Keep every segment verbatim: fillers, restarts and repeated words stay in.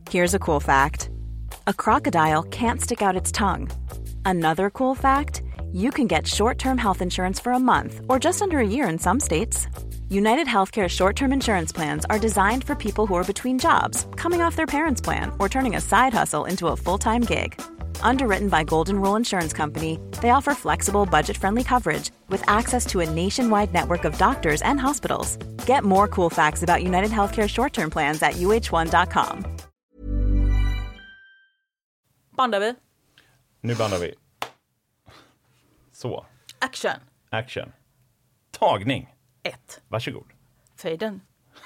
Here's a cool fact. A crocodile can't stick out its tongue. Another cool fact, you can get short-term health insurance for a month or just under a year in some states. United Healthcare short-term insurance plans are designed for people who are between jobs, coming off their parents' plan, or turning a side hustle into a full-time gig. Underwritten by Golden Rule Insurance Company, they offer flexible, budget-friendly coverage with access to a nationwide network of doctors and hospitals. Get more cool facts about United Healthcare short-term plans at u h one dot com. Bandar vi? Nu bandar vi. Så. Action. Action. Tagning. Ett. Varsågod. Fejden.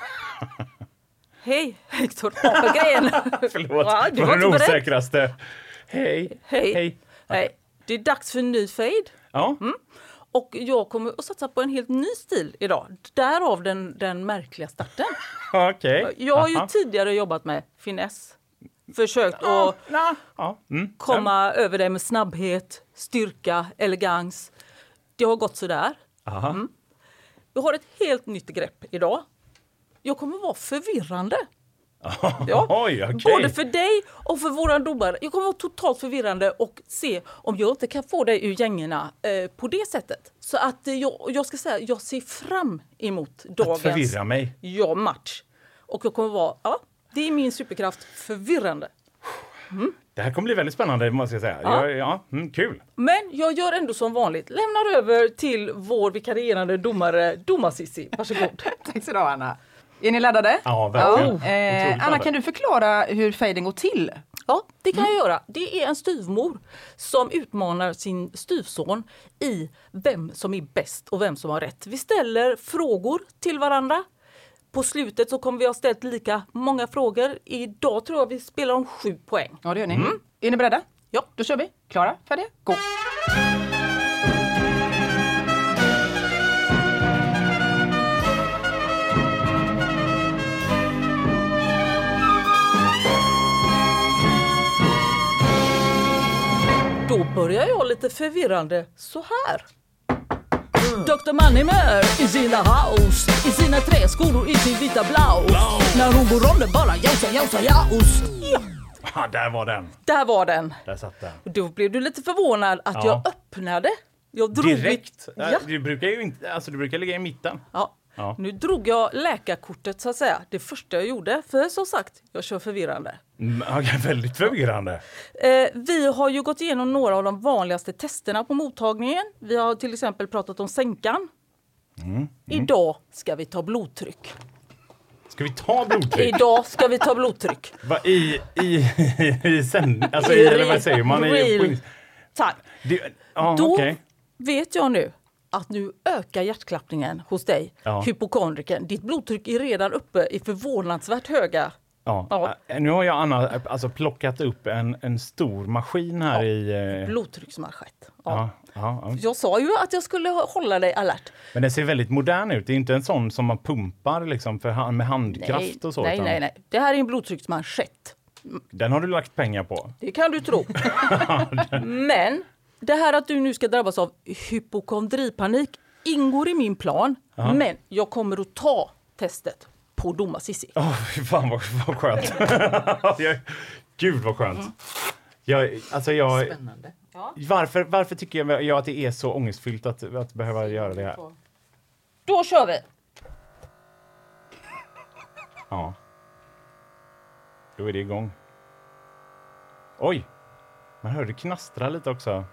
Hej, Hector Apelgren. Förlåt, Ja, det var den osäkraste. Hej. Hej. Hej. Hej. Det är dags för en ny fade. Ja. Mm. Och jag kommer att satsa på en helt ny stil idag. Därav den, den märkliga starten. Okej. Okay. Jag har ju Aha. tidigare jobbat med finess. Försökt Ja, att ja, ja. Mm. komma över det med snabbhet, styrka, elegans. Det har gått sådär. Aha. Mm. Jag har ett helt nytt grepp idag. Jag kommer vara förvirrande. Ja. Oj, okay. Både för dig och för våra domare. Jag kommer vara totalt förvirrande och se om jag inte kan få dig ur gängerna eh, på det sättet. Så att eh, jag, jag ska säga, jag ser fram emot dagens att förvirra mig. Ja, match. Och jag kommer vara, ja, det är min superkraft, förvirrande. Mm. Det här kommer bli väldigt spännande, måste jag säga. Ja. Ja, ja, mm, kul. Men jag gör ändå som vanligt. Lämnar över till vår vikarierande domare, Domar-Sissi. Varsågod. Tack så du, Anna. Är ni laddade? Ja, verkligen. Ja. Eh, Anna, kan du förklara hur fejden går till? Ja, det kan jag göra. Det är en styvmor som utmanar sin styvson i vem som är bäst och vem som har rätt. Vi ställer frågor till varandra. På slutet så kommer vi ha ställt lika många frågor. Idag tror jag vi spelar om sju poäng. Ja, det gör ni. Mm. Är ni beredda? Ja. Då kör vi. Klara, färdiga, gå! Då börjar jag lite förvirrande så här. doktor Mannimer i sina house, i sina träskor och i sin vita blouse. När hon går om det bara jausa, jausa, jaus. Ja. Ja, där var den. Där var den. Där satt den. Och då blev du lite förvånad att Ja. jag öppnade. Jag drog Direkt. Ja. Du brukar ju inte, alltså du brukar ligga i mitten. Ja. Ja. Nu drog jag läkarkortet så att säga. Det första jag gjorde. För som sagt, jag kör förvirrande. Mm, okay, väldigt förvirrande. Eh, vi har ju gått igenom några av de vanligaste testerna på mottagningen. Vi har till exempel pratat om sänkan. Mm, mm. Idag ska vi ta blodtryck. Ska vi ta blodtryck? Idag ska vi ta blodtryck. Va, i, i, i sen, alltså i, eller vad säger man? I, Real i, time. det, ja, Då okay. vet jag nu att nu ökar hjärtklappningen hos dig, Ja. hypokondriken. Ditt blodtryck är redan uppe i förvånansvärt höga. Ja. Ja. Nu har jag Anna alltså plockat upp en, en stor maskin här Ja. i... Eh, Blodtrycksmanschett. Ja. ja, ja, ja. Jag sa ju att jag skulle hålla dig alert. Men den ser väldigt modern ut. Det är inte en sån som man pumpar liksom för, hand- med handkraft Nej, och så. nej, utan nej, nej. Det här är en blodtrycksmanschett. Den har du lagt pengar på. Det kan du tro. Men det här att du nu ska drabbas av hypokondripanik ingår i min plan. Ja. Men jag kommer att ta testet på Domar-Sissi. Åh, oh, fan vad, vad skönt. jag, gud vad skönt. Mm. Jag, alltså jag, Spännande. Ja. varför, varför tycker jag, jag att det är så ångestfyllt att, att behöva göra det här? Då kör vi! Ja. Då är det igång. Oj! Man hör det knastra lite också.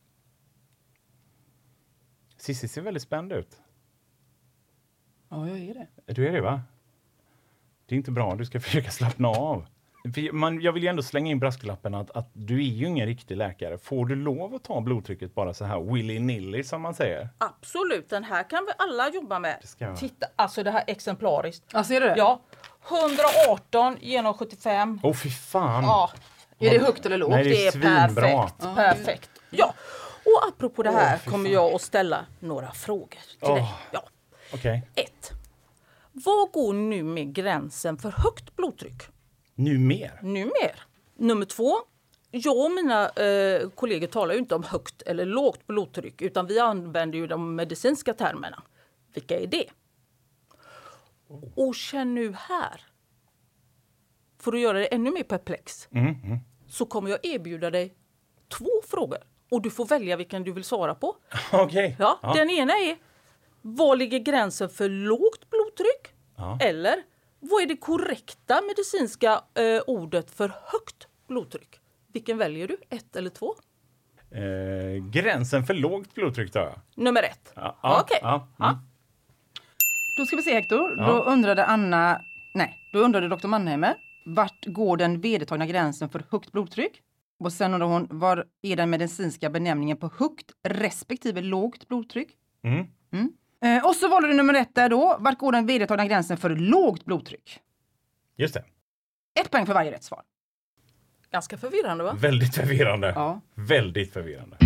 Sissi ser väldigt spänd ut. Ja, jag är det. Du är det, va? Det är inte bra. Du ska försöka slappna av. För man, jag vill ju ändå slänga in brasklappen att, att du är ju ingen riktig läkare. Får du lov att ta blodtrycket bara så här willy-nilly som man säger? Absolut, den här kan vi alla jobba med. Det ska jag. Titta, alltså det här exemplariskt. Ja, ser du det? Ja, hundraarton genom sjuttiofem. Åh, oh, fy fan. Ja, Är det högt eller lågt? Nej, det är svinbra. perfekt. Perfekt. Ja, och apropå det här Åh, fy kommer fan. jag att ställa några frågor till Åh. dig. Ja. Okej. Ett. Vad går nu med gränsen för högt blodtryck? Nu mer? Numer. Nummer två. Jag och mina eh, kollegor talar ju inte om högt eller lågt blodtryck utan vi använder ju de medicinska termerna. Vilka är det? Och känn nu här. för att göra det ännu mer perplex, Mm, mm. så kommer jag erbjuda dig två frågor. Och du får välja vilken du vill svara på. Okej. Ja, Ja. Den ena är, var ligger gränsen för lågt blodtryck? Ja. Eller, vad är det korrekta medicinska eh, ordet för högt blodtryck? Vilken väljer du? Ett eller två? Eh, gränsen för lågt blodtryck tar jag. Nummer ett. Ja, ja, Okej. ja, mm. Ja. Då ska vi se, Hector. Ja. Då undrade Anna, nej, då undrade doktor Mannheimer, vart går den vedertagna gränsen för högt blodtryck? Och sen undrar hon, var är den medicinska benämningen på högt respektive lågt blodtryck? Mm. Mm. Eh, och så valde du nummer ett där då, vart går den vedertagna gränsen för lågt blodtryck? Just det. Ett poäng för varje rätt svar. Ganska förvirrande, va? Väldigt förvirrande. Ja. Väldigt förvirrande.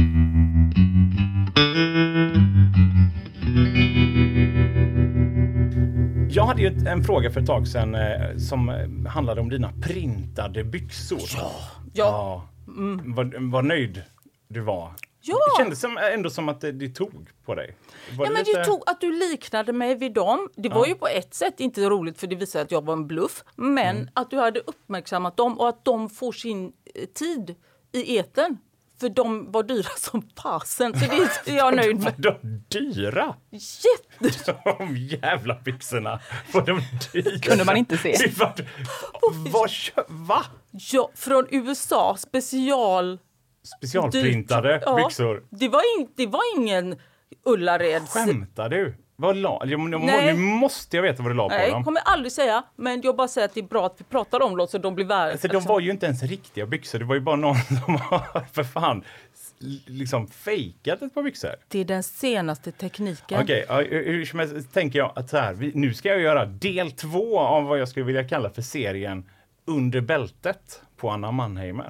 Jag hade ju ett, en fråga för ett tag sedan eh, som eh, handlade om dina printade byxor. Ja. Ja. Mm. Vad, vad nöjd du var. Ja. Det kändes som, ändå som att det, det tog på dig. Var Ja, det men lite- du tog att du liknade mig vid dem. Det var ju på ett sätt inte roligt för det visade att jag var en bluff. Men Mm. att du hade uppmärksammat dem och att de får sin eh, tid i eten. För de var dyra som fasen. Så det är jag nöjd med. Var de dyra? Jätte... De jävla byxorna. Var de dyra? Kunde man inte se. Det var- Vad kö- Va? Ja, från U S A special... Specialprintade dyrt. Ja, byxor. Det var, in, det var ingen Ullareds... Skämtar du? Vad la, jag, jag, Nej. nu måste jag veta vad du la på Nej, dem. kommer jag aldrig säga. Men jag bara säger att det är bra att vi pratar om dem så de blir värda. Alltså, de var ju inte ens riktiga byxor. Det var ju bara någon som har för fan s- liksom fejkat ett par byxor. Det är den senaste tekniken. Okej, ja, hur hur som helst tänker jag att så här, vi, nu ska jag göra del två av vad jag skulle vilja kalla för serien Under bältet på Anna Mannheimer.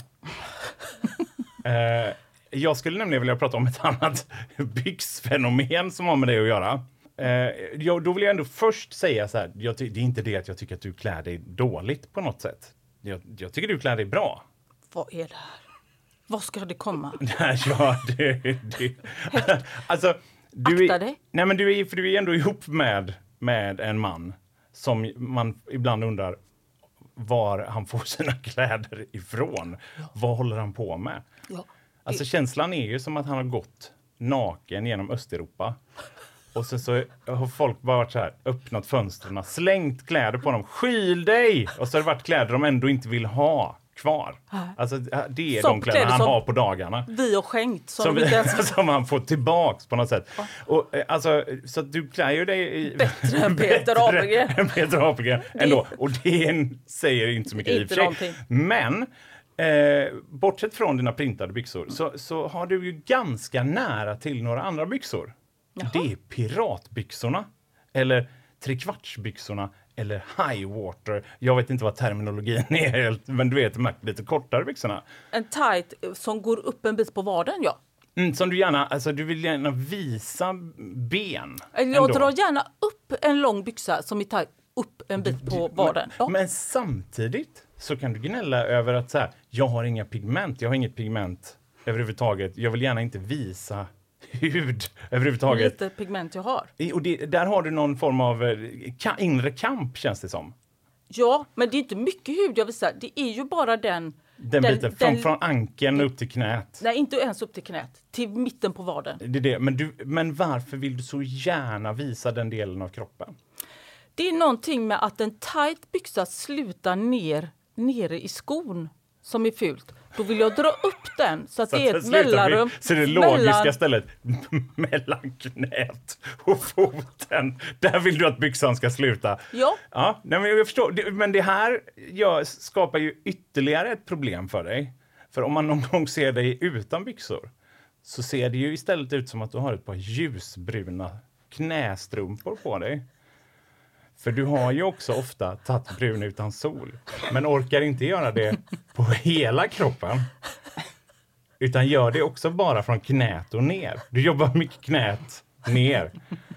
eh, jag skulle nämligen vilja prata om ett annat byxfenomen som har med det att göra. Eh, jag, då vill jag ändå först säga så här, jag ty- det är inte det att jag tycker att du klär dig dåligt på något sätt. Jag, jag tycker du klär dig bra. Vad är det här? Vad ska det komma? Nej, ja, det, det. Alltså, du Akta är, dig. nej, men du är, för du är ändå ihop med, med en man som man ibland undrar var han får sina kläder ifrån. Vad håller han på med? Ja. Alltså känslan är ju som att han har gått naken genom Östeuropa. Och sen så har folk bara varit så här, öppnat fönstren, slängt kläder på dem. Skyl dig! Och så har det varit kläder de ändå inte vill ha kvar. Alltså det är Som de kläder kläder han som- har på dagarna. Vi har skänkt som, Som, vi inte ens... som han får tillbaks på något sätt. Och, eh, alltså, så att du klär ju dig i... Bättre än Peter Apelgren. än Peter Apelgren ändå. Och det är en, säger inte så mycket i och Inte för sig. någonting. Men eh, bortsett från dina printade byxor så, så har du ju ganska nära till några andra byxor. Det är piratbyxorna. Eller trekvartsbyxorna. Eller high water. Jag vet inte vad terminologin är helt, men du vet de här lite kortare byxorna. En tight som går upp en bit på vaden, ja. Mm, som du gärna, alltså du vill gärna visa ben. Eller jag ändå. drar gärna upp en lång byxa som är tight upp en bit på vaden. Ja. Men samtidigt så kan du gnälla över att så här, jag har inga pigment, jag har inget pigment överhuvudtaget. Jag vill gärna inte visa hud överhuvudtaget. Lite pigment jag har. I- Och det, där har du någon form av eh, ka- inre kamp känns det som. Ja, men det är inte mycket hud jag visar. Det är ju bara den... Den, biten från, från ankeln upp till knät. Nej, inte ens upp till knät. Till mitten på vaden. Det är det. Men, du, men varför vill du så gärna visa den delen av kroppen? Det är någonting med att en tight byxa slutar ner nere i skon som är fult. Då vill jag dra upp den så att Så det är att ett slutar mellanrum. vid- Så det logiska mellan- stället mellan knät och foten. Där vill du att byxan ska sluta. Ja. Ja, nej, men jag förstår. Det- Men det här gör, skapar ju ytterligare ett problem för dig. För om man någon gång ser dig utan byxor så ser det ju istället ut som att du har ett par ljusbruna knästrumpor på dig. För du har ju också ofta tagit brun utan sol. Men orkar inte göra det på hela kroppen. Utan gör det också bara från knät och ner. Du jobbar mycket knät ner.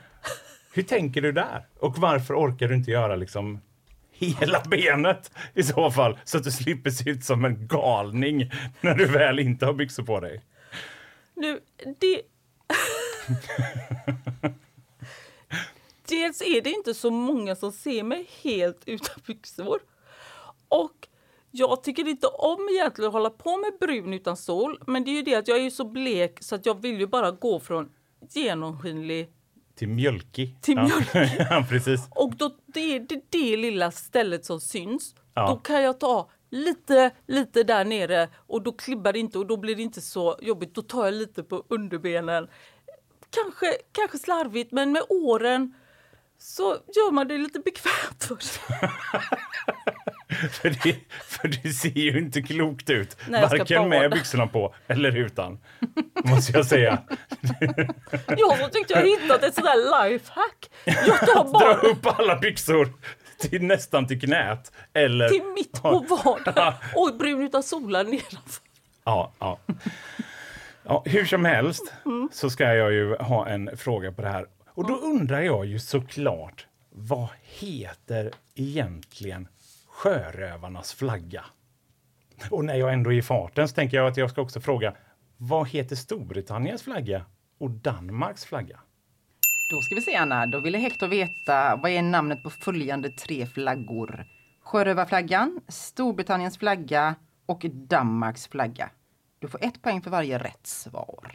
Hur tänker du där? Och varför orkar du inte göra liksom hela benet i så fall? Så att du slipper se ut som en galning när du väl inte har byxor på dig. Nu, det... Dels är det inte så många som ser mig helt utan byxor. Och Jag tycker inte om egentligen att hålla på med brun utan sol. Men det är ju det att jag är ju så blek så att jag vill ju bara gå från genomskinlig till mjölkig. Till mjölkig. Ja, precis. Och då, det är det, det lilla stället som syns. Ja. Då kan jag ta lite, lite där nere och då klibbar det inte och då blir det inte så jobbigt. Då tar jag lite på underbenen. Kanske, kanske slarvigt, men med åren så gör man det lite bekvämt för sig. för, det, för det ser ju inte klokt ut. Nej, varken med byxorna på eller utan. Måste jag säga. Jag så tyckte jag hittat ett sådär lifehack. Jag tar bara... Dra upp alla byxor till nästan till knät. Eller... Till mitt på vaden. Och brun utan solen nedanför. Ja, ja. Ja, hur som helst mm. så ska jag ju ha en fråga på det här. Och då undrar jag ju såklart, vad heter egentligen sjörövarnas flagga? Och när jag ändå är i farten så tänker jag att jag ska också fråga, vad heter Storbritanniens flagga och Danmarks flagga? Då ska vi se, Anna. Då ville Hector veta, vad är namnet på följande tre flaggor? Sjörövarflaggan, Storbritanniens flagga och Danmarks flagga. Du får ett poäng för varje rätt svar.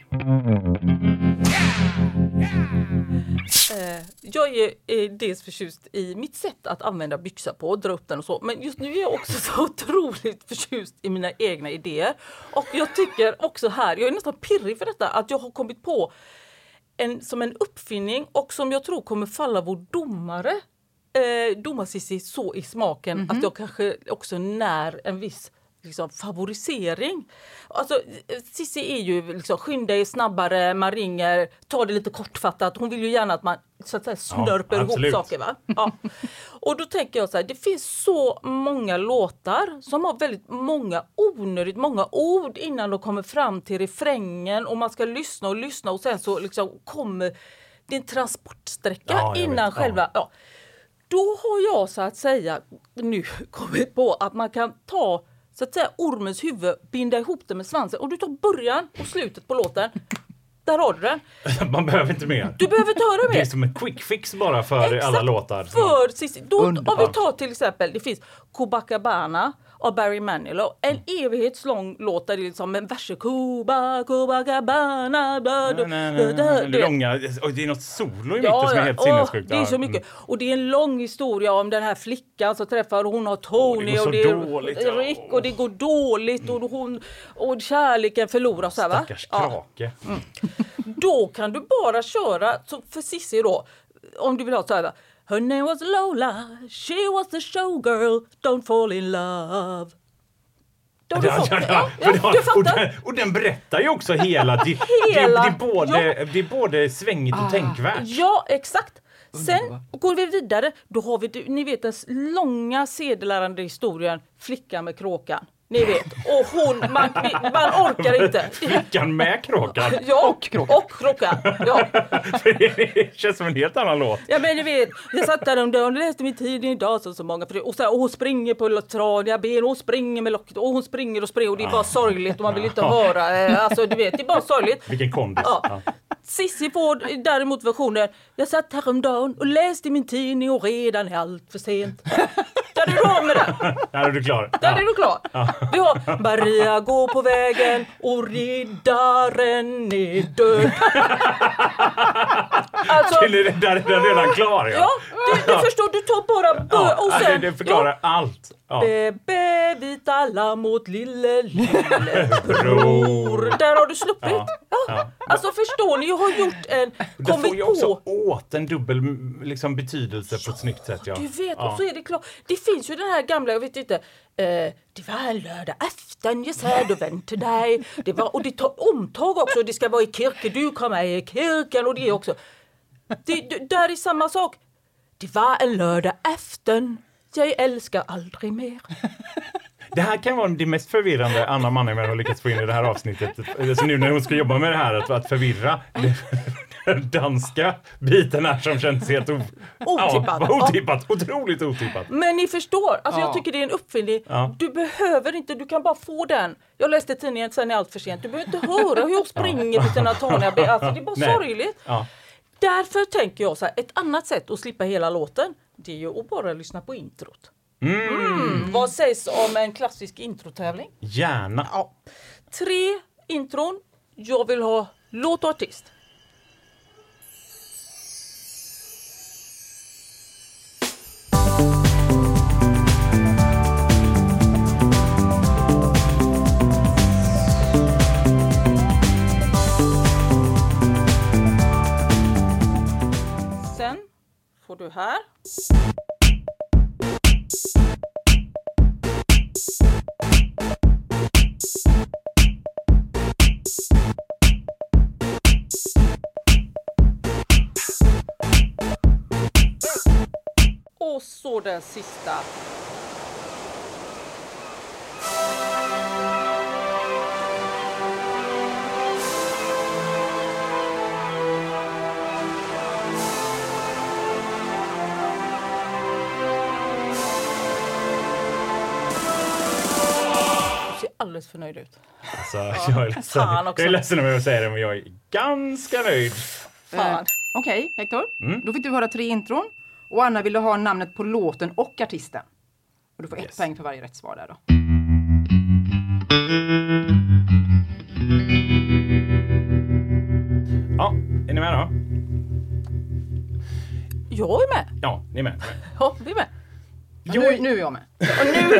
Eh, jag är, är dels förtjust i mitt sätt att använda byxa på och dra upp den och så. Men just nu är jag också så otroligt förtjust i mina egna idéer. Och jag tycker också här, jag är nästan pirrig för detta, att jag har kommit på en, som en uppfinning och som jag tror kommer falla vår domare, eh, domarsissi, så i smaken mm-hmm. att jag kanske också när en viss liksom favorisering. Alltså Sissi är ju liksom skynda är snabbare, man ringer, tar det lite kortfattat. Hon vill ju gärna att man så att säga snörper ja, ihop saker, va? Ja. Och då tänker jag så här, det finns så många låtar som har väldigt många onödigt många ord innan de kommer fram till refrängen och man ska lyssna och lyssna och sen så liksom kommer det en transportsträcka ja, innan själva ja. Ja. Då har jag så att säga nu kommit på att man kan ta så att säga ormens huvud, binda ihop det med svansen. Och du tar början och slutet på låten. Där har du den. Man behöver inte mer. Du behöver inte höra mer. Det är som en quick fix bara för Exakt, alla låtar. För Sissi. Då, om vi tar till exempel, det finns Copacabana av Barry Manilow. En evighetslång låt där det är liksom en vers. Cuba, Copacabana. Bla, bla, nej, nej, nej. Det är långa, och det är något solo i ja, mitten som är helt sinnessjukt. Det är så mycket. Och det är en lång historia om den här flickan som träffar och hon har Tony. Och det går så och det är dåligt, ja. Rick och det går dåligt och, hon, och kärleken förlorar så här, va? Stackars krake. Ja. Mm. Då kan du bara köra, så för Sissi då, om du vill ha så här, va? Her name was Lola, she was the showgirl, don't fall in love. Då du ja, ja, ja. Ja, ja, du och, den, och den berättar ju också hela, det, hela det, det, är både, ja. det är både svängigt och ah. tänkvärt. Ja, exakt. Sen går vi vidare, då har vi, ni vet den långa sedelärande historien, Flickan med kråkan. Ni vet, och hon, man, man orkar inte. Flickan med kråkan? Ja, och kråkan. Och kråkan, ja. Det känns som en helt annan låt. Ja, men ni vet, jag satt där och läste min tidning idag så, så många. Och, så här, och hon springer på tradiga ben, och hon springer med locket, och hon springer och springer, och det är bara sorgligt och man vill inte höra. Alltså, du vet, det är bara sorgligt. Vilken kondis. Ja. Ja. Sissi får däremot versionen, jag satt häromdagen och läste min tidning och redan är allt för sent. Där är du av med den. Där är du klar. Där ja. är du klar. Ja. Vi har Maria går på vägen och riddaren är död. Alltså, den är redan klar. Ja, ja du, du förstår, du tar bara bör ja, och sen... Det, det förklarar ja. allt. Ja. Bebe vita lamm åt lille, lille bror. Där har du sluppit. Ja. Ja. Ja. Alltså förstår ni, jag har gjort en... Det får ju också åt en dubbel liksom, betydelse ja, på ett snyggt sätt. Ja. Du vet, ja. och så är det klart. Det finns ju den här gamla, jag vet inte... Eh, det var en lördag afton, jag sa och vänt till dig. Det var, och det tar omtag också. Det ska vara i kyrkan, du kommer i kyrkan och det också. Det, det, där är samma sak. Det var en lördag afton. Jag älskar aldrig mer. Det här kan vara det mest förvirrande Anna Mannheimer har lyckats få in i det här avsnittet. Alltså nu när hon ska jobba med det här, att, att förvirra den danska biten här som känns helt o- otippat. Ja, otippat. Otroligt otippat. Men ni förstår, alltså ja. jag tycker det är en uppfinning. Ja. Du behöver inte, du kan bara få den. Jag läste tidningen, sen är allt för sent. Du behöver inte höra hur jag springer till sina Tanya. Alltså det är bara Nej. sorgligt. Ja. Därför tänker jag så här, ett annat sätt att slippa hela låten, det är ju att bara lyssna på introt. Mm. Mm. Vad sägs om en klassisk introtävling? Gärna. Ja. Tre intron. Jag vill ha låt och artist. Sen får du här. Och så den sista. Du ser alldeles för nöjd ut. Alltså, jag är ledsen. Fan också. Jag är ledsen om jag säger det, men jag är ganska nöjd. Fan. Eh, Okej, Hector. Mm. Då fick du höra tre intron. Och Anna ville ha namnet på låten och artisten. Och du får ett Yes. poäng för varje rätt svar där då. Ja, är ni med då? Jag är med. Ja, ni är med. Ja, vi är med. Ja, Jag nu, är- nu är jag med. Och nu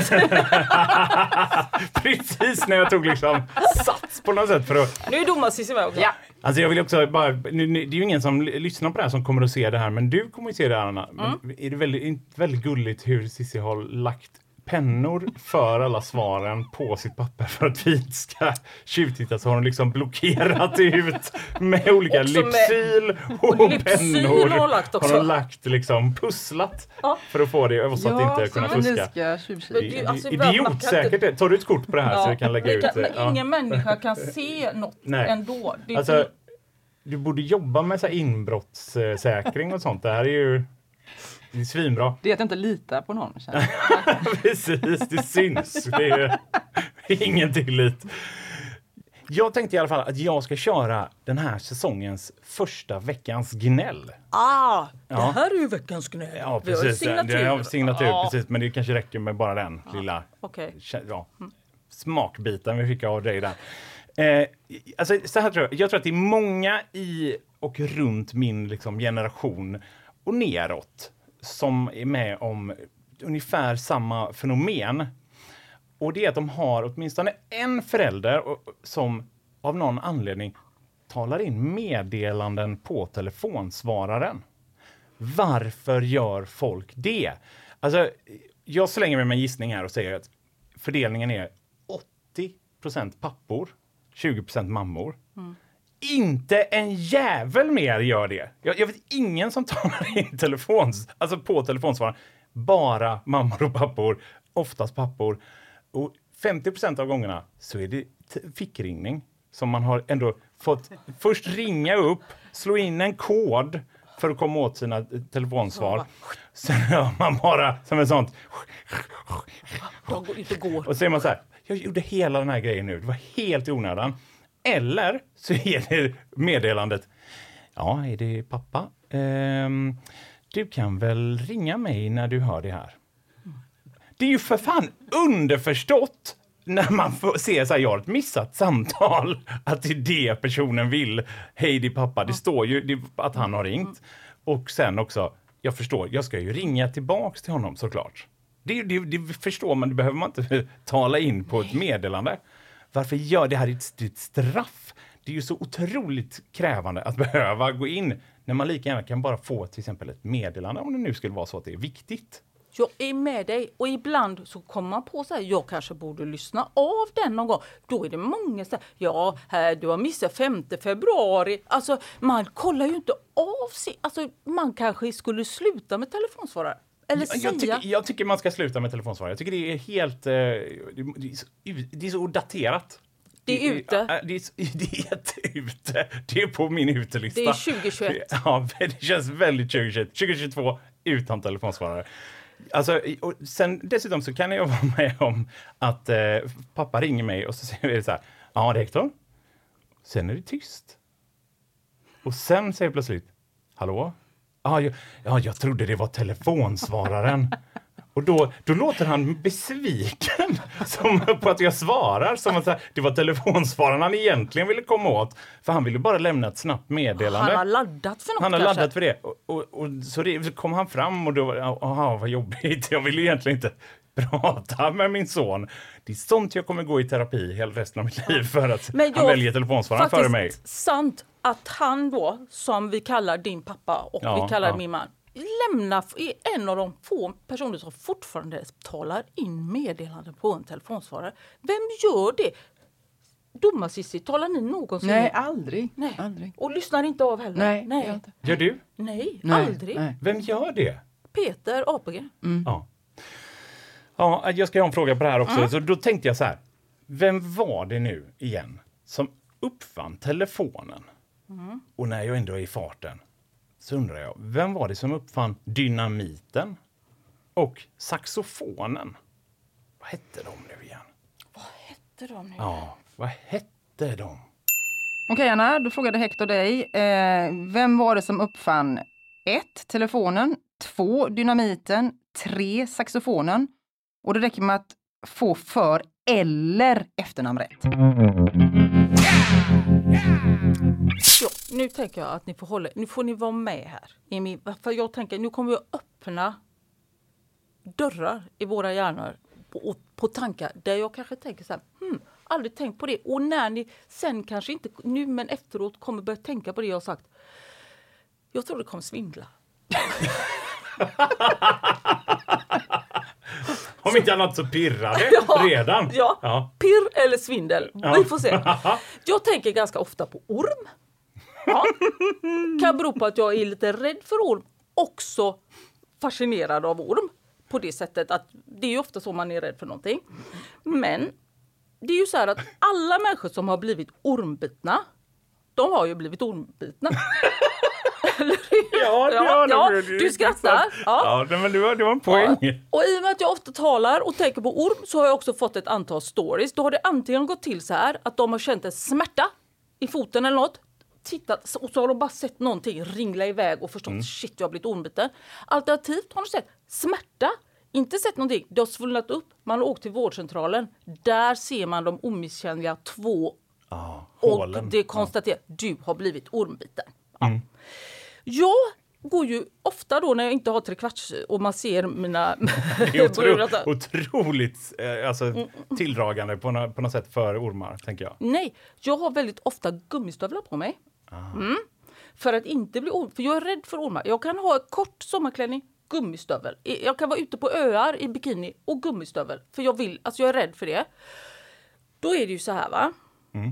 Precis när jag tog liksom sats på något sätt för att... Nu är domarsis med också. Ja. Alltså jag vill också bara... Nu, nu, det är ju ingen som l- lyssnar på det här som kommer att se det här, men du kommer att se det här, Anna. Men är det väldigt, inte väldigt gulligt hur Cissi har lagt pennor för alla svaren på sitt papper för att vi inte ska tjuvtitta, så har hon liksom blockerat ut med olika Också med- lipsyl och, och lipsyl pennor. har hon lagt också. Har hon lagt liksom pusslat Ja. för att få det över så att inte kunna som fuska. ni ska tjuvkika. Men Det, du, alltså, det, ibland man kan idiotsäkert inte- det. Tar du ett kort på det här så vi kan lägga det ut kan, det? men Ja. ingen människa kan se något Nej. ändå. Det är Alltså, så- du borde jobba med så här inbrottssäkring och sånt. Det här är ju det är svinbra. Det är att jag inte litar på någon. Känner jag. Precis, det syns. Det är ingen tillit. Jag tänkte i alla fall att jag ska köra den här säsongens första veckans gnäll. Ah, det Ja. här är ju veckans gnäll. Ja, Vi har precis. signatur. Det har signatur, Ja, precis. Men det kanske räcker med bara den lilla Okej. ja, smakbiten vi fick av dig där. Eh, alltså, så här tror jag. Jag tror att det är många i och runt min liksom, generation och neråt som är med om ungefär samma fenomen. Och det är att de har åtminstone en förälder och- som av någon anledning talar in meddelanden på telefonsvararen. Varför gör folk det? Alltså, jag slänger med en gissning här och säger att fördelningen är åttio procent pappor, tjugo procent mammor. Inte en jävel mer gör det. Jag, jag vet ingen som talar in telefons, alltså på telefonsvararen. Bara mammor och pappor, oftast pappor. Och femtio procent av gångerna så är det t- fickringning som man har ändå fått först ringa upp, slå in en kod för att komma åt sina eh, telefonsvar. Sen hör man bara som en sånt. Jag går ut och går. Och så är man så här, jag gjorde hela den här grejen nu. Det var helt i onödan. Eller så är det meddelandet. Ja, är det pappa? Ehm, du kan väl ringa mig när du hör det här. Det är ju för fan underförstått när man får se så här, jag har ett missat samtal. Att det är det personen vill. Hej, det är pappa. Det står ju det, att han har ringt. Och sen också, jag förstår, jag ska ju ringa tillbaks till honom såklart. Det, det, det förstår man, det behöver man inte tala in på ett meddelande. Varför gör det här ett, ett straff? Det är ju så otroligt krävande att behöva gå in när man lika gärna kan bara få till exempel ett meddelande om det nu skulle vara så att det är viktigt. Jag är med dig och ibland så kommer man på så här, jag kanske borde lyssna av den någon gång. Då är det många så här, ja, här, du har missat femte februari. Alltså man kollar ju inte av sig. Alltså man kanske skulle sluta med telefonsvarare. Eller Jag, säga. jag, tycker, jag tycker man ska sluta med telefonsvarare. Jag tycker det är helt... Eh, det, det, är så, det är så daterat. Det är ute. Det, det, är, så- det är jätteute. Det är på min utelista. Det är tjugohundratjugoett. Ja, det känns väldigt tjugohundratjugoett. tjugohundratjugotvå utan telefonsvarare. Alltså, och sen dessutom så kan jag vara med om att eh, pappa ringer mig och så säger det så här. Ja, det är Hector. Sen är det tyst. Och sen säger jag plötsligt. Hallå? Ja, jag, ja, jag trodde det var telefonsvararen. Och då, då låter han besviken som på att jag svarar. Som att så här, det var telefonsvararen han egentligen ville komma åt. För han ville bara lämna ett snabbt meddelande. Han har laddat för något Han har kanske. laddat för det. Och, och, och så, det, så kom han fram och då var aha, vad jobbigt. Jag ville egentligen inte prata med min son. Det är sånt jag kommer gå i terapi hela resten av mitt liv. För att Men han väljer telefonsvararen före mig. Faktiskt sant att han då, som vi kallar din pappa och Ja, vi kallar ja. min man, lämnar är en av de få personer som fortfarande talar in meddelanden på en telefonsvarare. Vem gör det? Domar-Cissi, talar ni någonsin? Nej, aldrig. Nej. aldrig. Och lyssnar inte av heller? Nej, Nej. jag inte. Gör du? Nej, Nej, aldrig. nej. Vem gör det? Peter Apelgren. Ja. Ja, jag ska ha en fråga på det här också. Mm. Så då tänkte jag så här. Vem var det nu igen som uppfann telefonen? Mm. Och när jag ändå är i farten så undrar jag, vem var det som uppfann dynamiten och saxofonen? Vad hette de nu igen? Vad hette de nu? Ja, vad hette de? Okej Anna, då frågade Hector dig. Eh, vem var det som uppfann ett telefonen, två dynamiten, tre saxofonen? Och det räcker med att få för eller efternamn rätt. Ja, nu tänker jag att ni får hålla, nu får ni vara med här. I min, för jag tänker, nu kommer jag öppna dörrar i våra hjärnor på, på tankar där jag kanske tänker så här, hmm, aldrig tänkt på det. Och när ni sen kanske inte nu men efteråt kommer börja tänka på det jag har sagt. Jag tror det kommer svindla. Om inte annat så pirrar det Ja, redan. Ja, Ja. pirr eller svindel. Ja. Vi får se. Jag tänker ganska ofta på orm. Ja. Kan bero på att jag är lite rädd för orm. Också fascinerad av orm. På det sättet att det är ju ofta så man är rädd för någonting. Men det är ju så här att alla människor som har blivit ormbitna, de har ju blivit ormbitna. Eller hur? Ja, ja, det ja, det, det, du skrattar. Ja. Ja, men det var, det var en poäng. Ja. Och i och med att jag ofta talar och tänker på orm så har jag också fått ett antal stories. Då har det antingen gått till så här att de har känt en smärta i foten eller något. Tittat och så har de bara sett någonting ringla iväg och förstått mm. shit, jag har blivit ormbiten. Alternativt har de sett smärta. Inte sett någonting. Det har svullnat upp. Man har åkt till vårdcentralen. Där ser man de omisskännliga två. Ah, och det konstaterar att du har blivit ormbiten. Ja. Mm. Jag går ju ofta då när jag inte har tre kvarts och man ser mina... Det är otro, otroligt eh, alltså, tilldragande på, no, på något sätt för ormar, tänker jag. Nej, jag har väldigt ofta gummistövlar på mig. Mm. För att inte bli orm. För jag är rädd för ormar. Jag kan ha kort sommarklänning, gummistövel. Jag kan vara ute på öar i bikini och gummistövel. För jag vill, alltså jag är rädd för det. Då är det ju så här, va? Mm.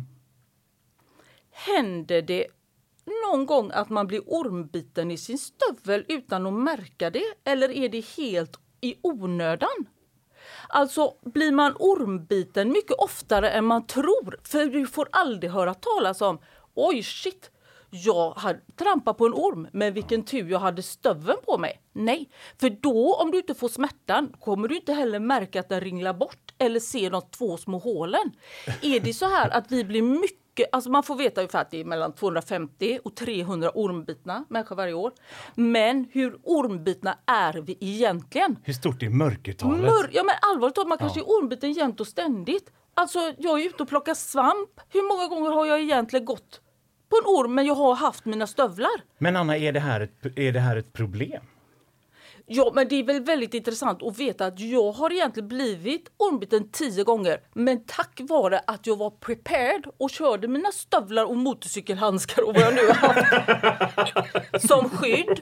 Händer det någon gång att man blir ormbiten i sin stövel utan att märka det? Eller är det helt i onödan? Alltså blir man ormbiten mycket oftare än man tror. För du får aldrig höra talas om, oj shit, jag hade trampat på en orm, men vilken tur jag hade stöveln på mig. Nej, för då om du inte får smärtan kommer du inte heller märka att den ringlar bort eller se de två små hålen. Är det så här att vi blir mycket, alltså man får veta ungefär att det är mellan tvåhundrafemtio och trehundra ormbitna människor varje år. Men hur ormbitna är vi egentligen? Hur stort är mörkertalet? Mör- ja men allvarligt talat, man kanske ja. är ormbiten jämt och ständigt. Alltså jag är ute och plockar svamp. Hur många gånger har jag egentligen gått på en orm, men jag har haft mina stövlar? Men Anna, är det här ett, är det här ett problem? Ja, men det är väl väldigt intressant att veta att jag har egentligen blivit ormbiten tio gånger. Men tack vare att jag var prepared och körde mina stövlar och motorcykelhandskar och vad jag nu har haft som skydd.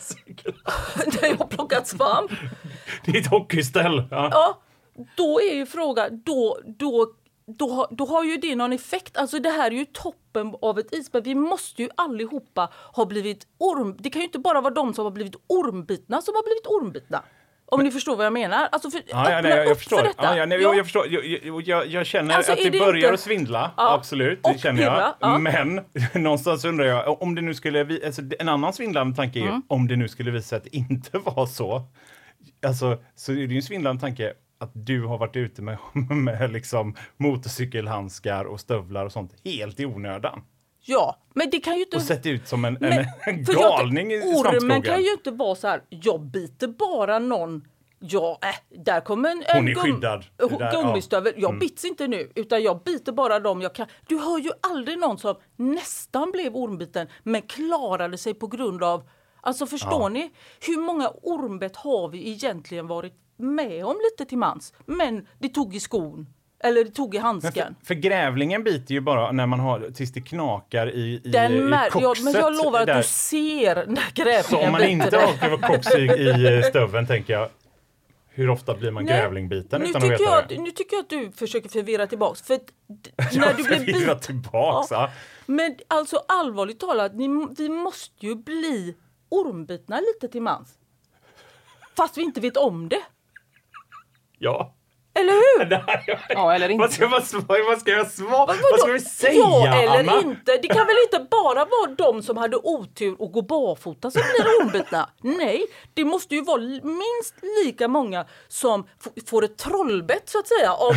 Där jag har plockat svamp. Det är ett hockeyställ. Ja. Ja, då är ju frågan, då, då, då, då har ju det någon effekt. Alltså det här är ju toppen av ett isberg. Vi måste ju allihopa ha blivit orm... Det kan ju inte bara vara de som har blivit ormbitna som har blivit ormbitna. Om men, ni förstår vad jag menar. Alltså för, ja, ja, nej, jag, jag förstår. För detta. Ja, ja, nej, ja. jag, jag förstår. Jag, jag, jag, jag känner alltså, att det, det börjar inte... att svindla. Ja. Absolut, det känner jag. Pirra, ja. Men någonstans undrar jag, om det nu skulle... Alltså, en annan svindlande tanke är, mm. om det nu skulle visa att det inte var så. Alltså, så är det ju en svindlande tanke att du har varit ute med, med liksom motorcykelhandskar och stövlar och sånt helt i onödan. Ja, men det kan ju inte... Och sett ut som en, men, en, en galning i svampskogen. Ormen kan ju inte vara så här, jag biter bara någon Ja, äh, där kommer en, Hon är en skyddad. Det där, gummistövel. ja. Jag Mm. bits inte nu, utan jag biter bara dem jag kan. Du hör ju aldrig någon som nästan blev ormbiten, men klarade sig på grund av... Alltså förstår Ja. ni? Hur många ormbett har vi egentligen varit med om lite till mans? Men det tog i skon. Eller det tog i handsken. För, för grävlingen biter ju bara när man har tills det knakar i, i, Den i mär- koxet. ja, men jag lovar att där. du ser när grävlingen Så om man biter inte dig. har kox i, i stöven, tänker jag, hur ofta blir man Nej, grävlingbiten nu utan tycker att veta jag, det? att- Nu tycker jag att du försöker förvirra tillbaks. För att d- när Jag du blir förvirrar bit... tillbaks. Ja. Ja. Men alltså allvarligt talat, ni, vi måste ju bli ormbitna lite till mans. Fast vi inte vet om det. ja. Eller hur? Ja, eller inte. Vad ska, vad, vad ska jag svara? Vad, vad ska vi säga, Ja eller Anna? inte. Det kan väl inte bara vara de som hade otur och gå barfota som blir ormbitna? Nej, det måste ju vara minst lika många som f- får ett trollbett så att säga. Av,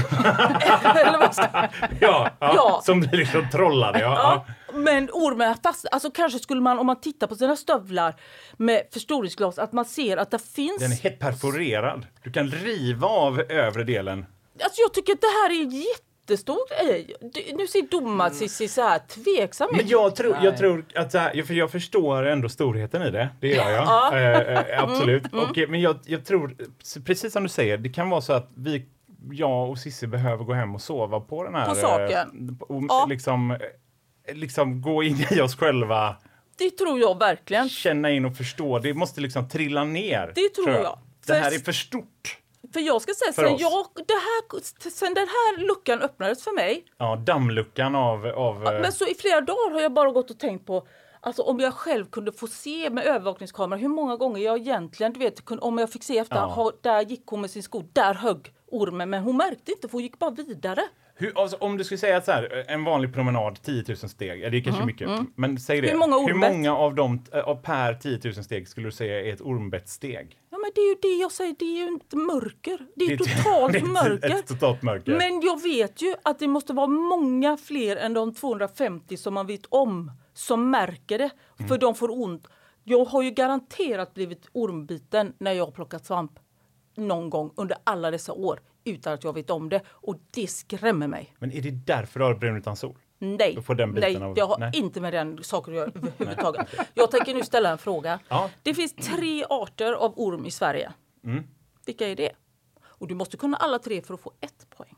eller vad ska, Ja, ja, Ja. som blir liksom trollade. Ja, ja, ja. men ormen fast, alltså kanske skulle man om man tittar på sina stövlar med förstoringsglas att man ser att det finns. Den är helt perforerad. Du kan riva av övre delen. Alltså jag tycker att det här är jättestort. Ej, det- Nu ser domaren Cissi så här tveksam ut. Men jag tror, jag tror att så här, för jag förstår ändå storheten i det. Det gör jag. Ja. Eh, eh, absolut. Och, men jag, jag tror, precis som du säger, det kan vara så att vi, jag och Cissi behöver gå hem och sova på den här... På saken. Eh, och, Ja. liksom, eh, liksom gå in i oss själva, Det tror jag verkligen. känna in och förstå. Det måste liksom trilla ner. Det tror jag. Det För- här är för stort. För jag ska säga, För sen, oss. jag, det här, sen den här luckan öppnades för mig, Ja, dammluckan av... av eh, men så i flera dagar har jag bara gått och tänkt på, alltså om jag själv kunde få se med övervakningskamera hur många gånger jag egentligen, du vet, kunde, om jag fick se efter, Ja. ha, där gick hon med sin sko, där högg ormen, men hon märkte inte för hon gick bara vidare. hur, alltså, om du skulle säga att så här, en vanlig promenad, tio tusen steg, ja, det är kanske mycket, men säg det. Hur många hur ormbett? många av dem eh, av per tio tusen steg skulle du säga är ett ormbettsteg? Ja men det är ju det jag säger, det är ju inte mörker, det är, Det är ett- totalt det är ett- mörker. ett totalt mörker. Men jag vet ju att det måste vara många fler än de tvåhundrafemtio som man vet om som märker det, Mm. för de får ont. Jag har ju garanterat blivit ormbiten när jag har plockat svamp någon gång under alla dessa år utan att jag vet om det, och det skrämmer mig. Men är det därför du har brunnit utan sol? Nej, Då får den biten nej av- det har nej. inte med den saken att göra överhuvudtaget. Jag tänker nu ställa en fråga. Ja. Det finns tre arter av orm i Sverige. Mm. Vilka är det? Och du måste kunna alla tre för att få ett poäng.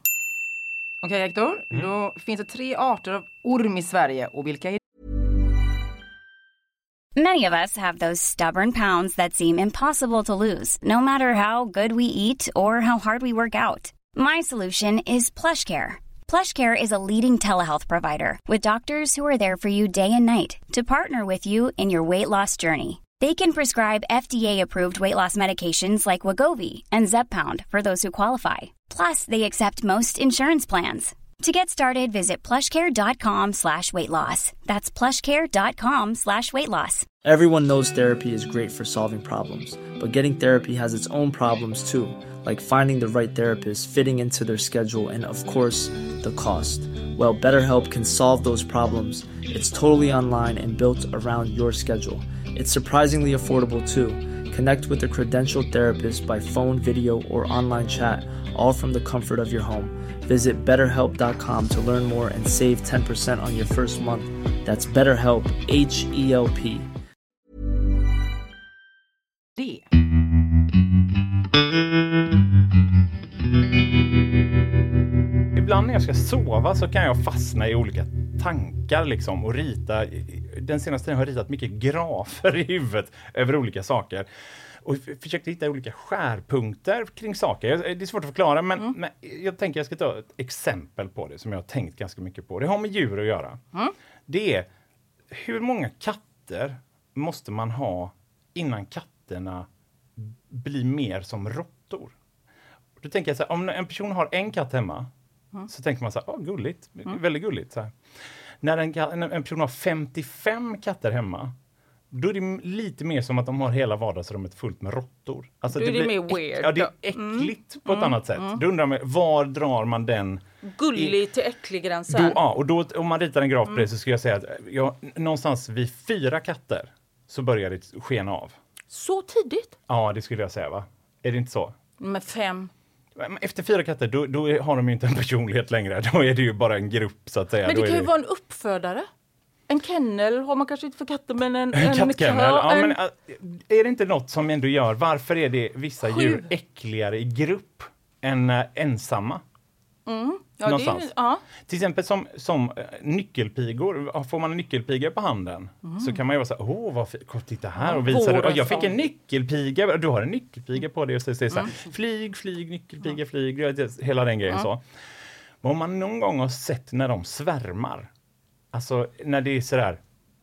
Okej, Hector. Mm. Då finns det tre arter av orm i Sverige. Och vilka är Many of us have those stubborn pounds that seem impossible to lose, no matter how good we eat or how hard we work out. My solution is PlushCare. PlushCare is a leading telehealth provider with doctors who are there for you day and night to partner with you in your weight loss journey. They can prescribe F D A-approved weight loss medications like Wegovy and Zepbound for those who qualify. Plus, they accept most insurance plans. To get started, visit plushcare.com slash weight loss. That's plushcare.com slash weight loss. Everyone knows therapy is great for solving problems, but getting therapy has its own problems too, like finding the right therapist, fitting into their schedule, and of course, the cost. Well, BetterHelp can solve those problems. It's totally online and built around your schedule. It's surprisingly affordable too. Connect with a credentialed therapist by phone, video, or online chat, all from the comfort of your home. Visit better help dot com to learn more and save ten percent on your first month. That's BetterHelp, H E L P. det? Ibland när jag ska sova så kan jag fastna i olika tankar liksom och rita. Den senaste tiden har jag ritat mycket grafer i huvudet över olika saker. Och försökt hitta olika skärpunkter kring saker. Det är svårt att förklara, men, mm. men jag tänker jag ska ta ett exempel på det som jag har tänkt ganska mycket på. Det har med djur att göra. Mm. Det är, hur många katter måste man ha innan katterna blir mer som råttor? Då tänker jag så här, om en person har en katt hemma, mm. så tänker man så här, åh, gulligt, mm. väldigt gulligt. Så här. När en, en person har femtiofem katter hemma, då är det lite mer som att de har hela vardagsrummet fullt med råttor. Alltså då det är det blir mer weird. Ja, det är äckligt mm. på ett mm. annat sätt. Mm. Då undrar man, var drar man den? Gullig i, till äcklig gränsen. Då, ja, och då, om man ritar en graf på mm. det så ska jag säga att ja, någonstans vid fyra katter så börjar det skena av. Så tidigt? Ja, det skulle jag säga, va? Är det inte så? Med fem. Efter fyra katter, då, då har de ju inte en personlighet längre. Då är det ju bara en grupp, så att säga. Men det då kan är ju det... vara en uppfödare. En kennel har man kanske inte för katter, men en, En en kattkennel. Ja, en... men, äh, är det inte något som ändå gör, varför är det vissa Sju. djur äckligare i grupp än äh, ensamma? Mm. Ja, Någonstans. det är, ja. Till exempel som, som äh, nyckelpigor. Får man en nyckelpiga på handen Mm. så kan man ju vara så här, åh, vad fi- titta här, Ja, och visa det. våren Och jag fick som- en nyckelpiga, du har en nyckelpiga på det, och så, så, så här, flyg, flyg, nyckelpiga, flyg, du vet, hela den grejen så. Men om man någon gång har sett när de svärmar, alltså när det är sådär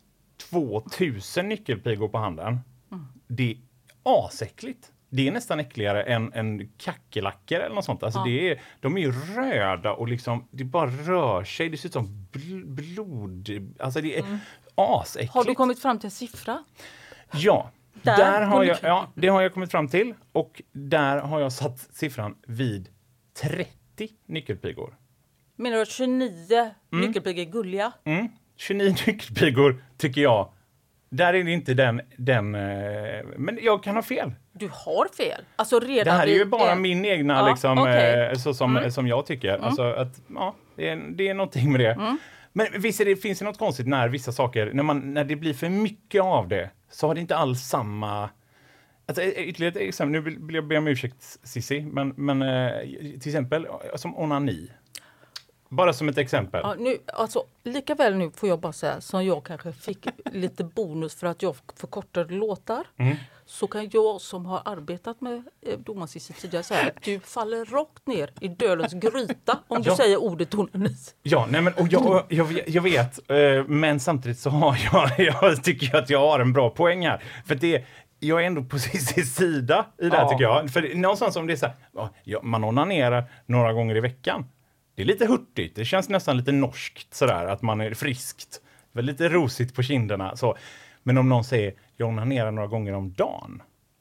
tvåtusen nyckelpigor på handen, det är asäckligt. Det är nästan äckligare än, än kackerlackor eller något sånt. Alltså Ja. det är, de är ju röda och liksom, det bara rör sig. Det ser ut som bl- blod. Alltså det är mm. asäckligt. Har du kommit fram till en siffra? Ja, Där, där har på jag, nyckeln. ja, det har jag kommit fram till. Och där har jag satt siffran vid trettio nyckelpigor. Menar du att tjugonio nyckelpigor är gulliga? Mm. tjugonio nyckelpigor tycker jag. Där är det inte den, den eh, men jag kan ha fel. Du har fel. Alltså redan Det här är ju vid bara en- min egna, Ja, liksom, okej. eh, så som, Mm. som jag tycker. Alltså att, ja, det är, det är någonting med det. Mm. Men visst är det, finns det något konstigt när vissa saker, när, man, när det blir för mycket av det, så har det inte alls samma... Alltså, ytterligare ett exempel, nu vill, vill jag be om ursäkt, Cissi, men, men eh, till exempel som onani. Bara som ett exempel. Ja, nu, alltså, lika väl nu får jag bara säga som jag kanske fick lite bonus för att jag förkortade låtar. Mm. Så kan jag som har arbetat med eh, domarcissi tidigare säga att du faller rakt ner i dödens gryta om du Ja. säger ordet onani. Ja, nej men, och jag, och jag, jag vet, eh, men samtidigt så har jag, jag tycker jag att jag har en bra poäng här. För det, jag är ändå på sin sida i det här, Ja. tycker jag. För någonstans om det är så här, ja, man onanerar några gånger i veckan. Det är lite hurtigt, det känns nästan lite norskt sådär, att man är friskt. Det är lite rosigt på kinderna. Så. Men om någon säger, jag onanerar några gånger om dagen.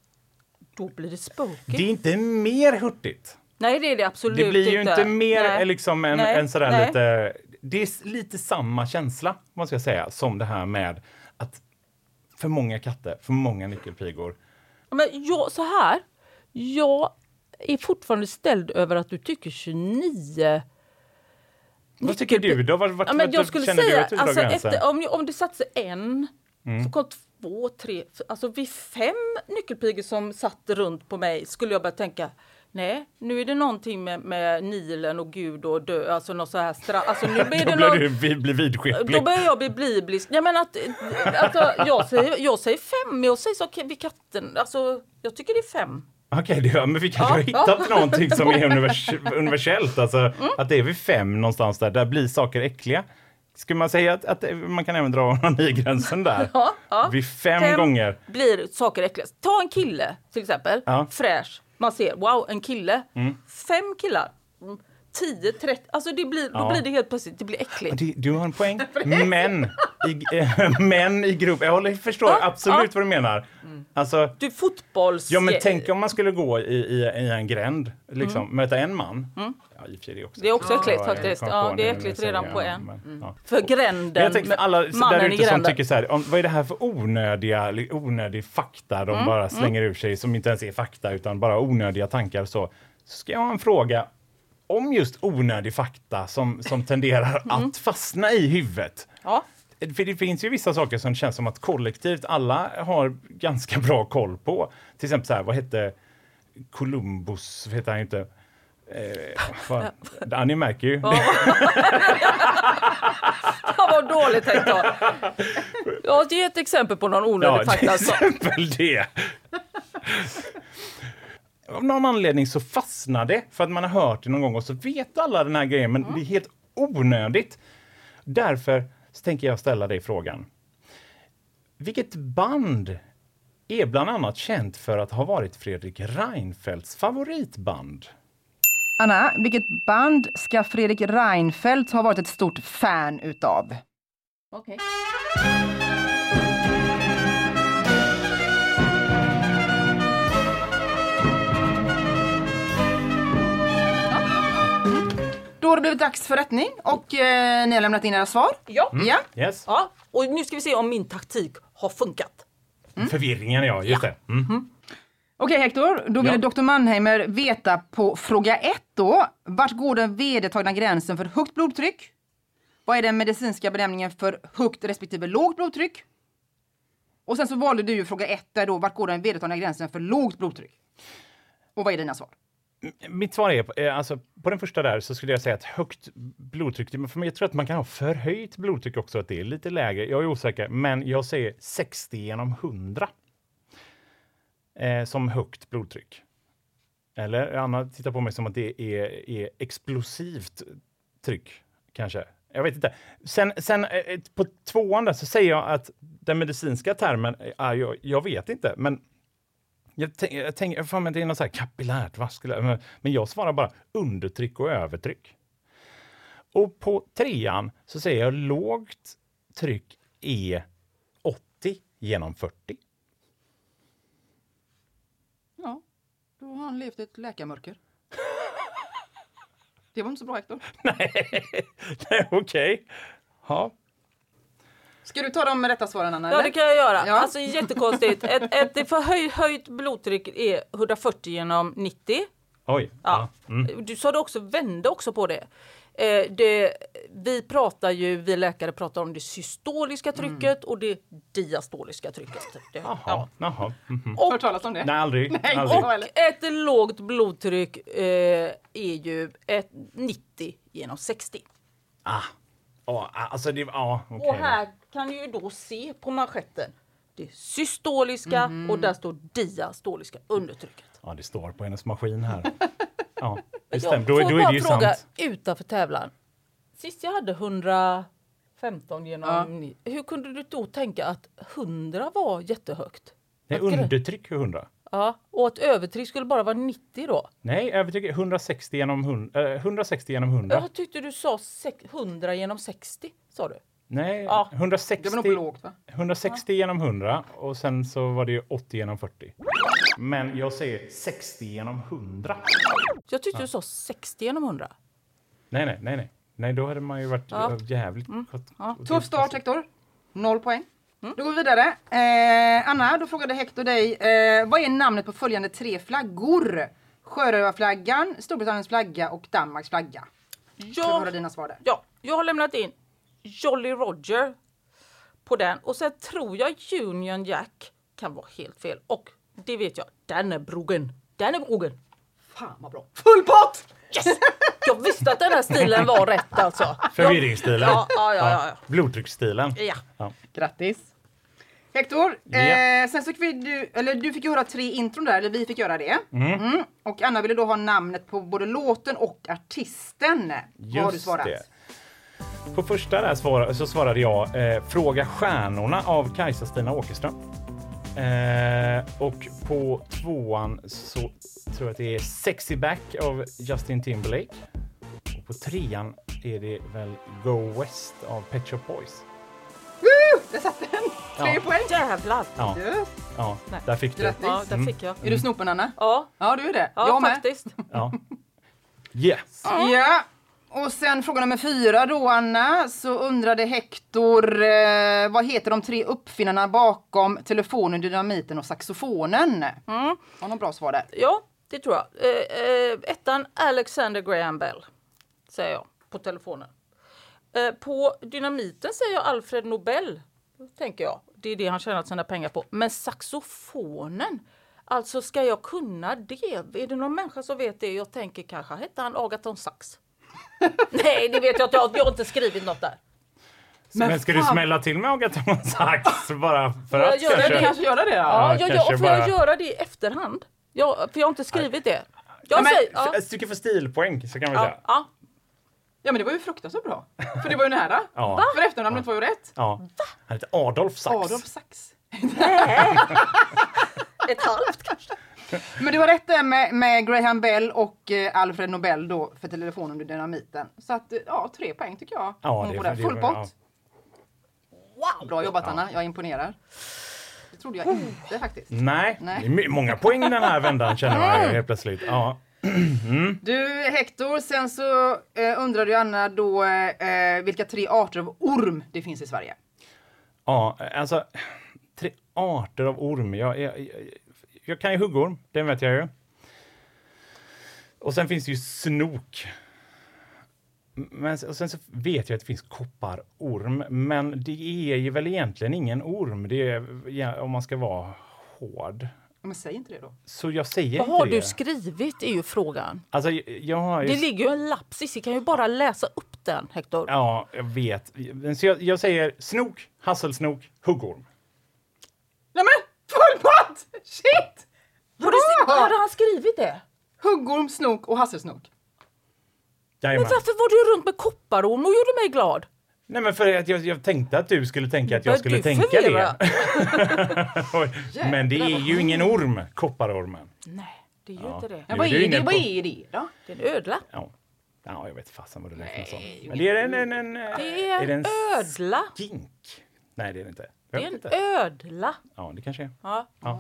Då blir det spooky. Det är inte mer hurtigt. Nej, det är det absolut Det blir ju inte, inte mer Nej. liksom en, Nej, en sådär nej. lite... Det är lite samma känsla, måste jag säga, som det här med att för många katter, för många nyckelpigor. Men jag, så här, jag är fortfarande ställd över att du tycker tjugonio... Vad tycker du då? Vart, vart, Ja, men vart jag skulle känner du säga, att du drar alltså, gränsen? efter, om, om det satt sig en, Mm. så kom två, tre, f- alltså vid fem nyckelpigor som satt runt på mig skulle jag börja tänka, nej, nu är det någonting med, med Nilen och Gud och dö, alltså något så här stra- alltså nu blir Då det blir någon, du vi- blir vidskeplig. då börjar jag bli biblisk. Jag menar att, alltså, jag säger, jag säger fem, men jag säger så vid katten, alltså jag tycker det är fem. Okej, det- ja, men vi kanske Ja, har hittat ja. någonting som är univers universellt. Alltså, att det är vid fem någonstans där, där blir saker äckliga. Skulle man säga att, att man kan även dra onanigränsen där? Ja, ja. Vid fem, Fem gånger. blir saker äckliga. Ta en kille till exempel, Ja. fräsch. Man ser, wow, en kille. Mm. Fem killar. Mm. tio, trettio, alltså det blir, då Ja. blir det helt plötsligt, det blir äckligt. Det, du har en poäng. Men i, äh, men i grupp, jag håller, förstår Ja, absolut ja. vad du menar. Alltså, Du fotbolls... ja, men tänk om man skulle gå i, i, i en gränd, liksom, möta en man. Ja, i och för sig det också. Det är också äckligt Ja, jag faktiskt. kom Ja, på det är nu när äckligt jag redan säger på det, en. men, Mm. ja. För gränden, Men jag tänker för alla där mannen i ute som gränden. tycker så här, om, vad är det här för onödiga, onödig fakta de Mm, bara slänger ur sig, som inte ens är fakta utan bara onödiga tankar, så, så ska jag ha en fråga om just onödig fakta som, som tenderar Mm. att fastna i huvudet. Ja. För det finns ju vissa saker som känns som att kollektivt alla har ganska bra koll på. Till exempel så här, vad hette Columbus, vet han inte. Eh, vad, ja, ni märker ju. Ja. Ja, vad dåligt tänkt då. Ja, ge ett exempel på någon onödig Ja, fakta. till Alltså. exempel det. Av någon anledning så fastnar det för att man har hört det någon gång och så vet alla den här grejen, men det är helt onödigt. Därför så tänker jag ställa dig frågan. Vilket band är bland annat känt för att ha varit Fredrik Reinfeldts favoritband? Anna, vilket band ska Fredrik Reinfeldt ha varit ett stort fan utav? Okej. Då har det blivit dags för rättning och eh, ni har lämnat in era svar. Ja. Ja. Yes. Ja, och nu ska vi se om min taktik har funkat. Förvirringen, ja, just Ja. det. Mm. Okej Hector, då vill Ja. doktor Mannheimer veta på fråga ett då. Vart går den vedertagna gränsen för högt blodtryck? Vad är den medicinska benämningen för högt respektive lågt blodtryck? Och sen så valde du ju fråga ett där då. Vart går den vedertagna gränsen för lågt blodtryck? Och vad är dina svar? Mitt svar är, eh, alltså på den första där så skulle jag säga att högt blodtryck, för mig, jag tror att man kan ha förhöjt blodtryck också, att det är lite lägre. Jag är osäker, men jag säger sextio genom hundra eh, som högt blodtryck. Eller Anna tittar på mig som att det är, är explosivt tryck, kanske. Jag vet inte. Sen, sen eh, på tvåan där så säger jag att den medicinska termen, eh, jag, jag vet inte, men Jag, t- jag tänker, fan, men det är något så här kapillärt, vaskulärt, men, men jag svarar bara undertryck och övertryck. Och på trean så säger jag lågt tryck är åttio genom fyrtio. Ja, då har han levt ett läkarmörker. Det var inte så bra Hector. Nej, nej okej. Okay. Ja. Ska du ta de rätta svaren Anna? Ja, eller? det kan jag göra. Ja. Alltså jättekonstigt. Ett, ett för höj, höjt blodtryck är hundrafyrtio genom nittio. Oj. Ja. Ja. Mm. Du sa det också, vände också på det. Eh, det. Vi pratar ju, vi läkare pratar om det systoliska trycket mm. och det diastoliska trycket. Det, Jaha. ja. Jaha. Mm-hmm. Har du hört talas om det? Nej, aldrig. Nej, aldrig. och- Och ett lågt blodtryck eh, är ju ett nittio genom sextio. Ah. Oh, alltså det, ah, okay. Och här kan du ju då se på manschetten det systoliska Mm. och där står diastoliska undertrycket. Ja, det står på hennes maskin här. Ja, det Jag stämmer. Då, får då är bara det ju fråga sant. utanför tävlan. Sist jag hade hundrafemton genom... Ja. ni- Hur kunde du då tänka att hundra var jättehögt? Nej, Att grä- undertryck är hundra. Ja, och att övertryck skulle bara vara nittio då. Nej, övertryck är hundrasextio genom hundra. Äh, hundrasextio genom hundra. Jag tyckte du sa sex- hundra genom sextio, sa du? Nej, Ja. Det var nog hundrasextio, på lågt va? hundrasextio genom hundra och sen så var det ju åttio genom fyrtio. Men jag säger sextio genom hundra. Jag tyckte du sa sextio genom hundra. Nej, nej, nej, nej. Nej, då hade man ju varit Ja. jävligt... Ja. Tuff start Hector. Noll poäng. Då går vi vidare. Eh, Anna, då frågade Hector dig. Eh, vad är namnet på följande tre flaggor? Sjörövarflaggan, Storbritanniens flagga och Danmarks flagga. Ska vi Ja. höra dina svar där? Ja, jag har lämnat in Jolly Roger på den. Och sen tror jag Union Jack kan vara helt fel. Och det vet jag, den är brogen. Den är brogen. Fan vad bra. Full pott! Yes! Jag visste att den här stilen var rätt alltså. Förvirringsstilen. Ja, ja, ja, ja, ja. Blodtrycksstilen. Ja. Grattis. Hector, Ja. eh, sen så fick vi, du, eller du fick ju höra tre intron där, eller vi fick göra det. Mm. Och Anna ville då ha namnet på både låten och artisten. Vad har du Just svarat? det. På första där svar, så svarade jag eh, Fråga stjärnorna av Kajsa-Stina Åkerström. Eh, och på tvåan så tror jag att det är Sexy Back av Justin Timberlake. Och på trean är det väl Go West av Pet Shop Boys. Woo! Där satt den! Tre Ja. poäng. Jävlar. Ja, Yes. ja Nej. där fick du. Grattis. Ja, där fick jag. Är du snopen Anna? Ja, Ja, du är det. ja jag med. faktiskt. Ja. Yes. Ja. Och sen fråga nummer fyra då Anna, så undrade Hector eh, vad heter de tre uppfinnarna bakom telefonen, dynamiten och saxofonen? Mm. Har någon bra svar där? Ja, det tror jag. Eh, eh, ettan Alexander Graham Bell, säger jag på telefonen. Eh, på dynamiten säger jag Alfred Nobel, tänker jag. Det är det han tjänat sina pengar på. Men saxofonen, alltså ska jag kunna det? Är det någon människa som vet det? Jag tänker kanske hette han Agaton Sax. Nej, det vet jag inte. Jag har inte skrivit något där. Men, Men ska fan. du smälla till med Agaton Sax bara för Får jag att göra Ska kanske? du kanske göra det då? Ja, Ja, jag, kanske jag, får jag bara- göra det i efterhand? Ja, för jag har inte skrivit det. Jag men- säger, ja, F- Du kan få stilpoäng, så kan vi ja, säga. ja. Ja men det var ju fruktansvärt bra. För det var ju nära. Ja. För efternamnet var ju rätt. Ja. Han heter Adolf Sax. Adolf Sax. Ett halvt kanske. Men det var rätt där med, med Graham Bell och eh, Alfred Nobel då för telefonen under dynamiten. Så att eh, ja, tre poäng tycker jag. Ja, Hon det- får där. det- Full ja. pott. Wow, bra jobbat Anna. Jag imponerar. Det trodde jag inte faktiskt. Nej, Nej. det är my- många poäng den här vändan känner jag helt plötsligt. Ja. Du Hector, sen så eh, undrar du Anna då eh, vilka tre arter av orm det finns i Sverige. Ja, alltså tre arter av orm. Jag, jag, jag, jag kan ju huggorm, det vet jag ju. Och sen finns det ju snok. Men och sen så vet jag att det finns kopparorm. Men det är ju väl egentligen ingen orm. Det är, ja, om man ska vara hård. Men säg inte det då. Så jag säger Vad inte har det. du skrivit är ju frågan. Alltså, jag har ju... Det ligger ju en lapsis. Jag kan ju bara läsa upp den, Hector. Ja, jag vet. Så jag, jag säger snok, hasselsnok, huggorm. Nej men, full pott! Shit! Har du, hade han skrivit det? Huggorm, snok och hasselsnok. Men Jajamän. varför var du runt med kopparorm och gjorde mig glad? Nej, men för att jag, jag tänkte att du skulle tänka att jag Bör skulle du tänka förvirra? det. Men det är ju ingen orm, kopparormen. Nej, det är ju Ja. inte det. Nu Ja, vad, du är inne det, på- vad är det då? Det är en ödla. Ja, ja jag vet fasen vad det räknas som. Men det är en... en, en Det är en ödla. skink? Nej, det är det inte. Det Jag är vet en inte. ödla. Ja, det kanske är. Ja. Ja.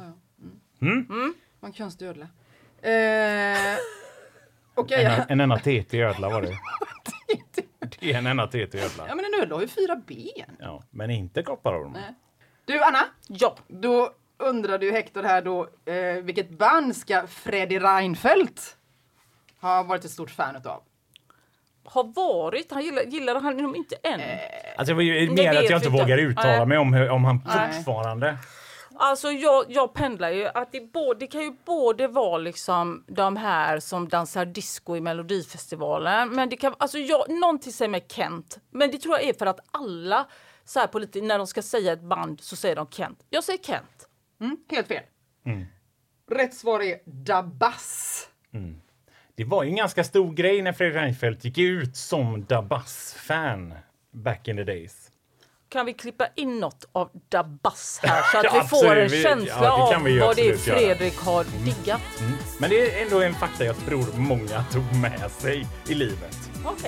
Man kan stödla. Eh, Okej, En, ja. en enda tetig ödla var det. Det är en enda tetig ödla. ja men en ödla har ju fyra ben. Ja, men inte kopparorm. Nej. Du Anna, Ja. då undrar du Hector här då, eh, vilket band ska Freddy Reinfeldt ha varit ett stort fan utav? Har varit. Han gillar, gillar han dem inte än. Alltså, det var ju Det mer vet att jag inte vi inte. vågar uttala Nej. mig om, hur- om han Nej. fortfarande... Alltså jag, jag pendlar ju att det, både, det kan ju både vara liksom de här som dansar disco i Melodifestivalen, men det kan alltså jag någonting säger med Kent, men det tror jag är för att alla så här på lite, när de ska säga ett band så säger de Kent. Jag säger Kent. Mm, helt fel. Mm. Rätt svar är Dabas. Det var ju en ganska stor grej när Fredrik Reinfeldt gick ut som Dabas-fan back in the days. Kan vi klippa in något av Dabas här så att Ja, vi får en absolut. känsla Ja, det kan av vi ju vad det är absolut göra. Fredrik har diggat. Mm. Men det är ändå en fakta jag tror många tog med sig i livet. Okej.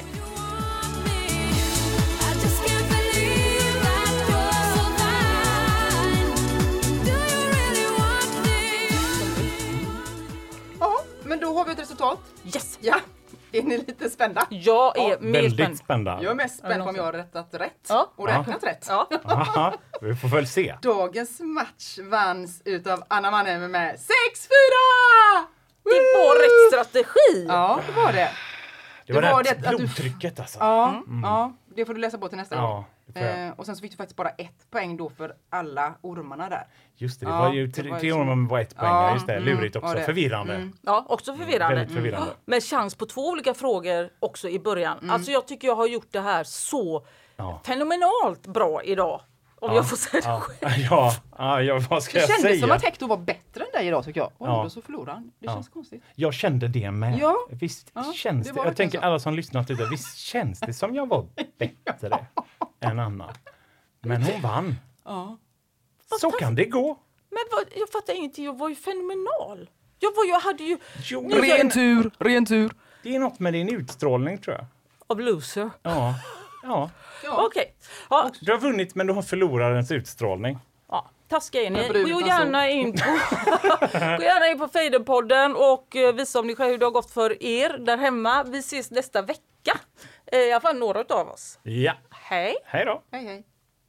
Ja, men då har vi ett resultat. Yes! Ja, är ni lite spända? Jag är Ja, mer väldigt spänd. spännande. Jag är mest spänd på om jag har rättat rätt Ja. och räknat rätt. Ja. Aha, vi får väl se. Dagens match vanns utav Anna Mannheimer med sex fyra! Det var rätt strategi. Ja, det var det. Det var Det var rätt det att du- blodtrycket alltså. Ja, ja, det får du läsa på till nästa Ja, gång. det får jag. Eh, och sen så fick du faktiskt bara ett poäng då för alla ormarna där. Just det, det Ja, var ju det tre var ju tre så. år var ett poäng. Ja, Ja, just det, mm, lurigt ja, också. det. Förvirrande. Mm. Ja, också förvirrande. Väldigt förvirrande. Men chans på två olika frågor också i början. Alltså jag tycker jag har gjort det här så Ja. fenomenalt bra idag. Om jag får säga det Ja, själv. ja, ja, ja, vad ska Det jag kändes säga? som att Hector var bättre än dig idag tycker jag. Och Ja. ändå så förlorade han. Det Ja. känns konstigt. Jag kände det med. Ja. Visst Ja, känns det det. var Jag verkligen tänker så. alla som lyssnat ute, visst känns det som jag var bättre än Anna. Men hon vann. Ja. Så kan det gå. Men vad, jag fattar ingenting. Jag var ju fenomenal. Jag, var, jag hade ju Jo, Nu- det, är, tur, ren tur. det är något med din utstrålning tror jag. av loser. Ja. Ja. Ja. Okej. Ja, Du har vunnit men du har förlorarens utstrålning. ja, taskiga är ni. Jag bryr mig Gå inte gärna in på, gå gärna in på Fejden-podden och eh, visa om ni själva hur det har gått för er där hemma. Vi ses nästa vecka. Eh, I alla fall några av oss. Ja. Hej! Hej då. Hej hej.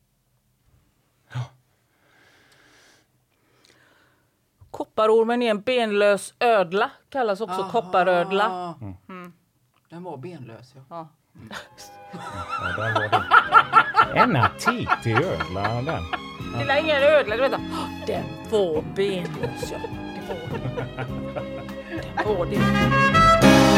Kopparormen är en benlös ödla. Kallas också Aha. kopparödla. Mm. Den var benlös ja. Ja. Ja, där var det. En titig ödla den. Det är ingen ödla, du vet. Oh, den var benlös, ja. Det var den var det.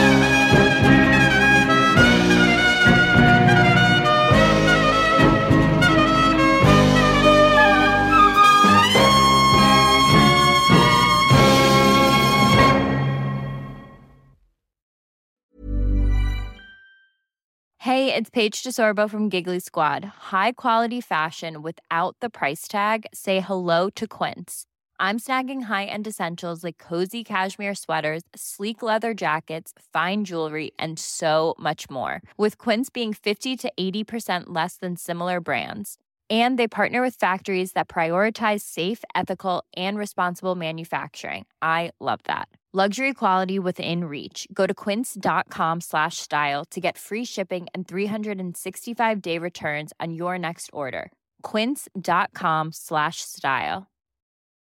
Hey, it's Paige DeSorbo from Giggly Squad. High quality fashion without the price tag. Say hello to Quince. I'm snagging high-end essentials like cozy cashmere sweaters, sleek leather jackets, fine jewelry, and so much more. With Quince being fifty to eighty percent less than similar brands. And they partner with factories that prioritize safe, ethical, and responsible manufacturing. I love that. Luxury quality within reach. Go to quince.com slash style to get free shipping and three sixty-five day returns on your next order. Quince.com slash style.